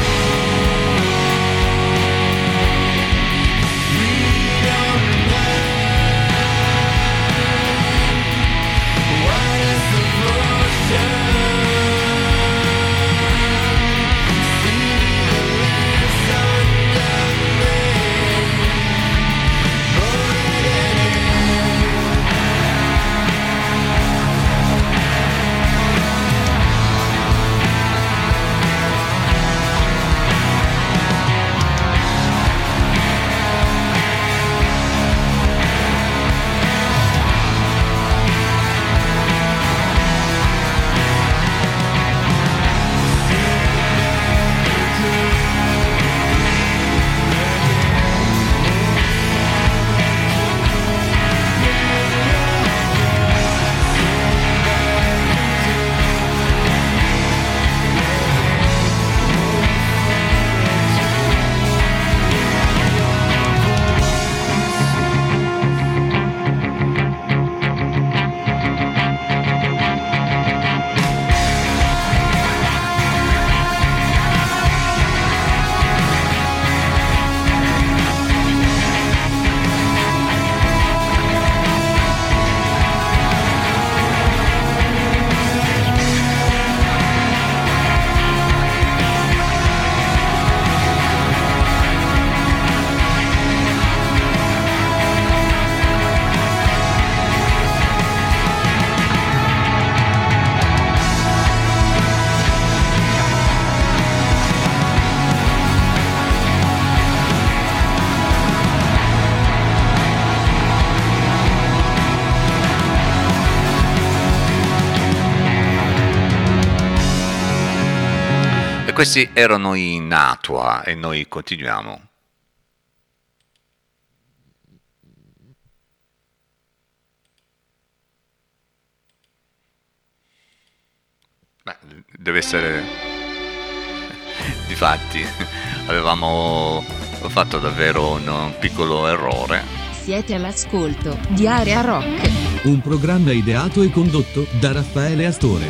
questi erano i Natua e noi continuiamo. Beh, deve essere... Difatti, avevamo fatto davvero un piccolo errore. Siete all'ascolto di Area Rock. Un programma ideato e condotto da Raffaele Astore.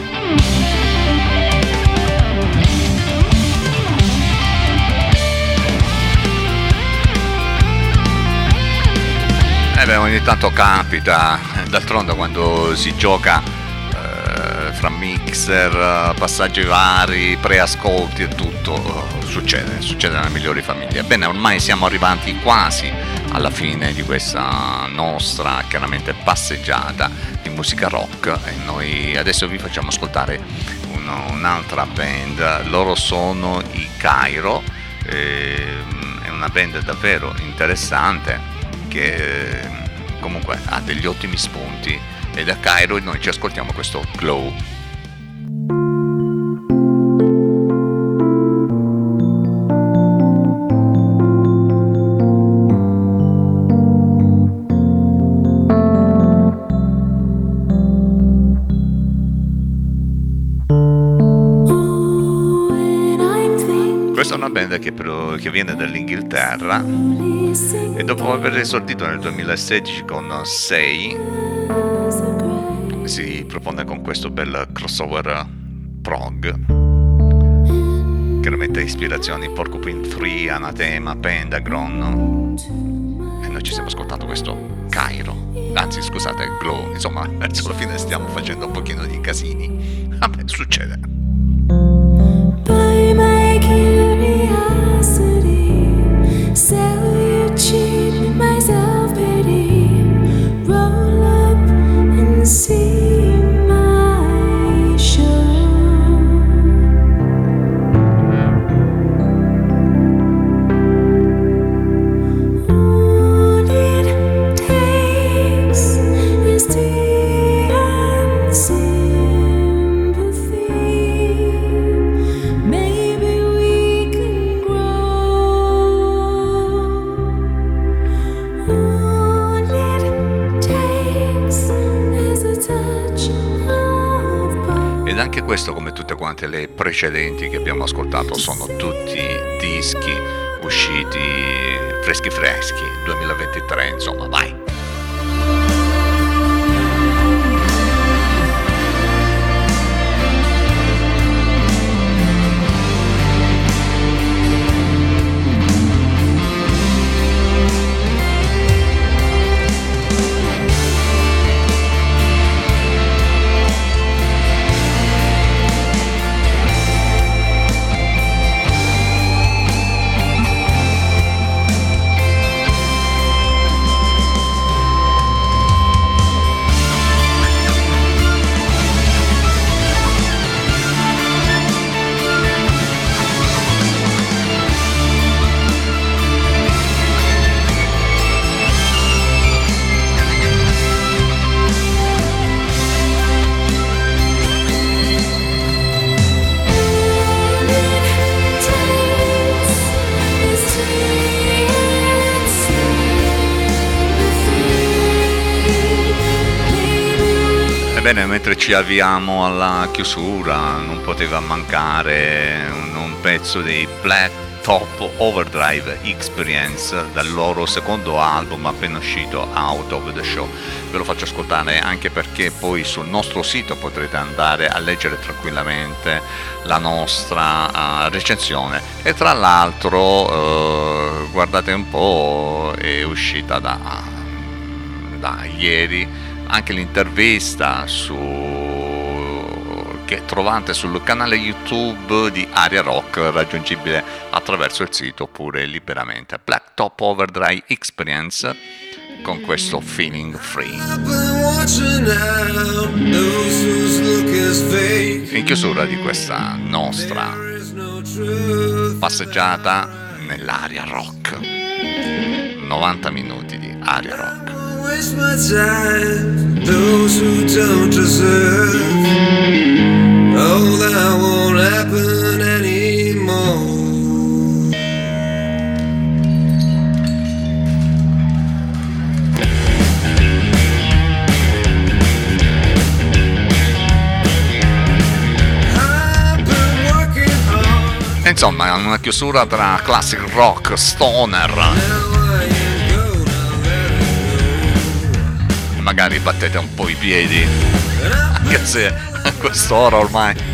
Eh beh, ogni tanto capita, d'altronde quando si gioca eh, fra mixer, passaggi vari, preascolti e tutto, succede, succede nelle migliori famiglie. Ebbene, ormai siamo arrivati quasi alla fine di questa nostra, chiaramente, passeggiata di musica rock e noi adesso vi facciamo ascoltare un, un'altra band. Loro sono i Cairo, eh, è una band davvero interessante che comunque ha degli ottimi spunti, e da Cairo noi ci ascoltiamo questo Glow. Questa è una band che, però, che viene dall'Inghilterra e dopo aver esordito nel duemilasedici con sei si propone con questo bel crossover prog, chiaramente ispirazioni Porcupine tre, Anathema, Pentagram, e noi ci stiamo ascoltando questo Cairo, anzi scusate, Glow. Insomma, verso la fine stiamo facendo un pochino di casini, vabbè, succede. Sell you cheap, my self-pity. Roll up and see my show. All it takes is tea and sympathy. Maybe we can grow. All it takes is a touch of both. Ed anche questo, come tutte quante le precedenti che abbiamo ascoltato, sono tutti dischi usciti freschi freschi, duemilaventitré, insomma, vai. Bene, mentre ci avviamo alla chiusura, non poteva mancare un, un pezzo dei Black Top Overdrive Experience dal loro secondo album appena uscito, Out of the Show. Ve lo faccio ascoltare anche perché poi sul nostro sito potrete andare a leggere tranquillamente la nostra uh, recensione. E tra l'altro, uh, guardate un po', è uscita da, da ieri anche l'intervista su, che trovate sul canale YouTube di Area Rock, raggiungibile attraverso il sito oppure liberamente. Black Top Overdrive Experience con questo Feeling Free. In chiusura di questa nostra passeggiata nell'Area Rock, novanta minuti di Area Rock. Waste my time, those who don't deserve. Oh, that won't happen anymore. insomma, una chiusura tra classic rock, stoner. Magari battete un po' i piedi, anche se a quest'ora ormai.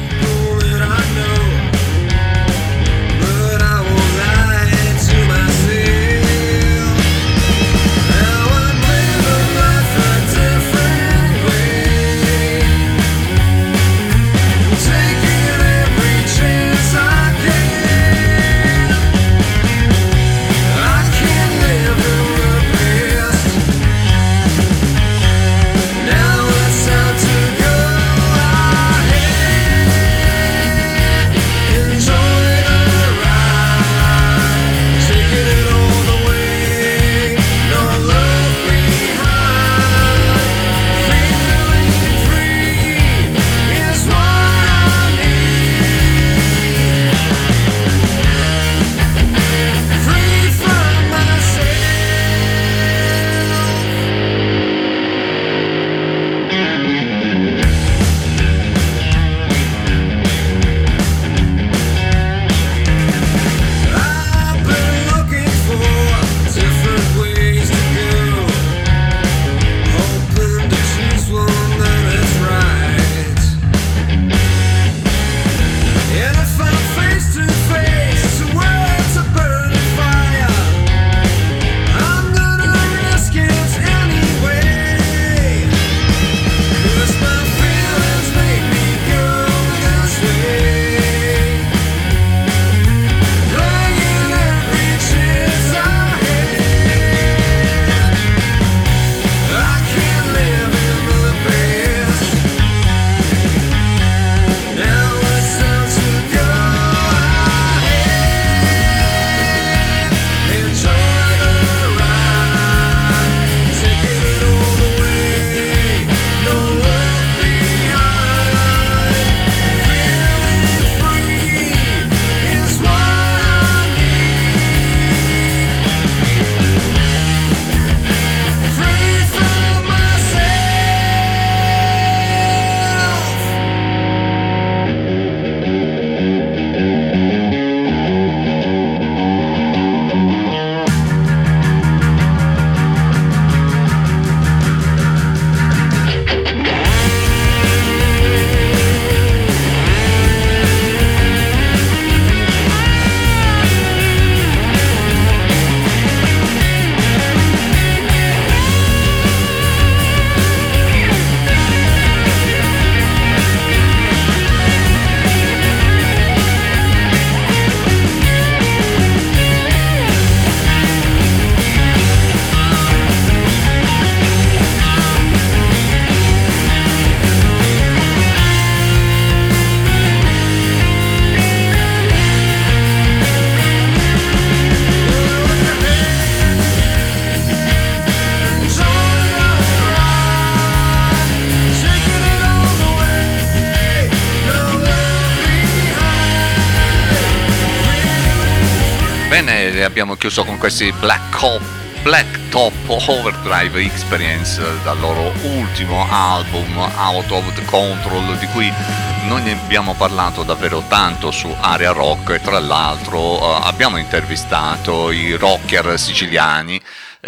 Bene, abbiamo chiuso con questi Black Hop, Black Top Overdrive Experience dal loro ultimo album Out of the Control, di cui noi ne abbiamo parlato davvero tanto su Area Rock e tra l'altro eh, abbiamo intervistato i rocker siciliani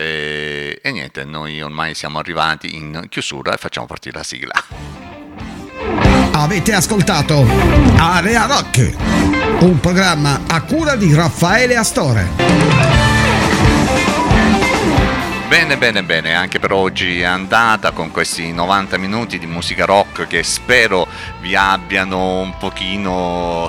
eh, e niente, noi ormai siamo arrivati in chiusura e facciamo partire la sigla. Avete ascoltato Area Rock, un programma a cura di Raffaele Astore. Bene, bene, bene, anche per oggi è andata con questi novanta minuti di musica rock che spero vi abbiano un pochino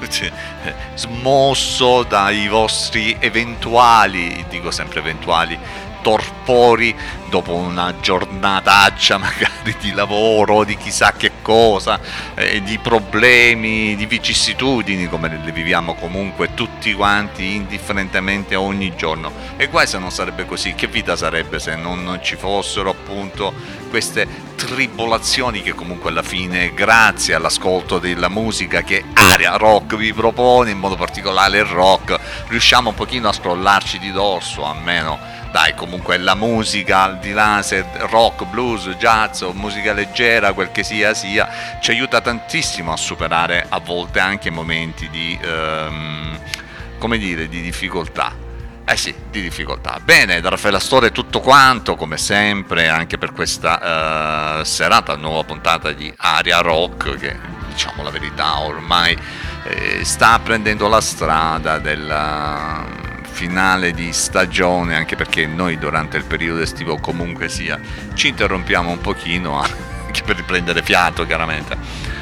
smosso dai vostri eventuali, dico sempre eventuali, torpori dopo una giornataccia magari di lavoro, di chissà che cosa, eh, di problemi, di vicissitudini come le viviamo comunque tutti quanti indifferentemente ogni giorno. E guai se non sarebbe così, che vita sarebbe se non ci fossero appunto queste tribolazioni che comunque alla fine, grazie all'ascolto della musica che Area Rock vi propone, in modo particolare il rock, riusciamo un pochino a scrollarci di dosso, almeno dai, comunque la musica, al di là se rock, blues, jazz o musica leggera, quel che sia sia, ci aiuta tantissimo a superare a volte anche momenti di, ehm, come dire, di difficoltà. Eh sì, di difficoltà. Bene, da Raffaele Astore è tutto quanto, come sempre, anche per questa uh, serata, nuova puntata di Aria Rock, che, diciamo la verità, ormai eh, sta prendendo la strada del finale di stagione, anche perché noi durante il periodo estivo comunque sia ci interrompiamo un pochino anche per riprendere fiato, chiaramente.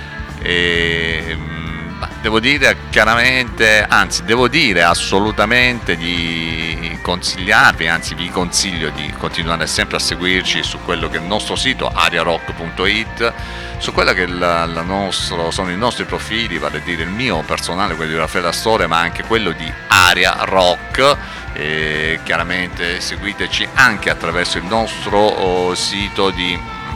E devo dire chiaramente, anzi devo dire assolutamente di consigliarvi, anzi vi consiglio di continuare sempre a seguirci su quello che è il nostro sito ariarock punto it, su quello che è la, la nostro, sono i nostri profili, vale a dire il mio personale, quello di Raffaele Astore, ma anche quello di Aria Rock. E chiaramente seguiteci anche attraverso il nostro oh, sito di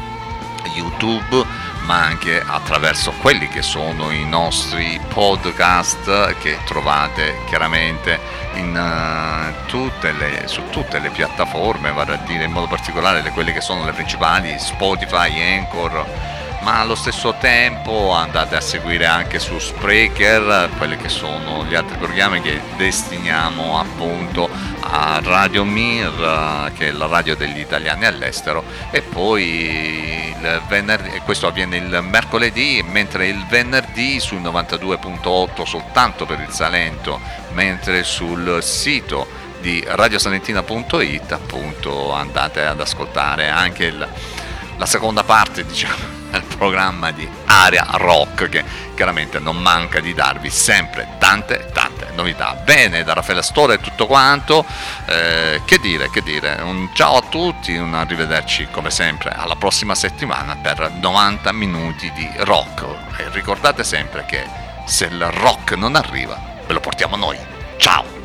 YouTube, ma anche attraverso quelli che sono i nostri podcast che trovate chiaramente in, uh, tutte le, su tutte le piattaforme, vale a dire in modo particolare le, quelle che sono le principali, Spotify, Anchor, ma allo stesso tempo andate a seguire anche su Spreaker quelli che sono gli altri programmi che destiniamo appunto a Radio Mir, che è la radio degli italiani all'estero, e poi il venerdì, questo avviene il mercoledì, mentre il venerdì sul novantadue virgola otto soltanto per il Salento, mentre sul sito di radiosalentina punto it appunto andate ad ascoltare anche il, la seconda parte, diciamo, del programma di Aria Rock, che chiaramente non manca di darvi sempre tante tante novità. Bene, da Raffaele Astore è tutto quanto, eh, che dire, che dire, un ciao a tutti, un arrivederci come sempre alla prossima settimana per novanta minuti di rock, e ricordate sempre che se il rock non arriva ve lo portiamo noi. Ciao!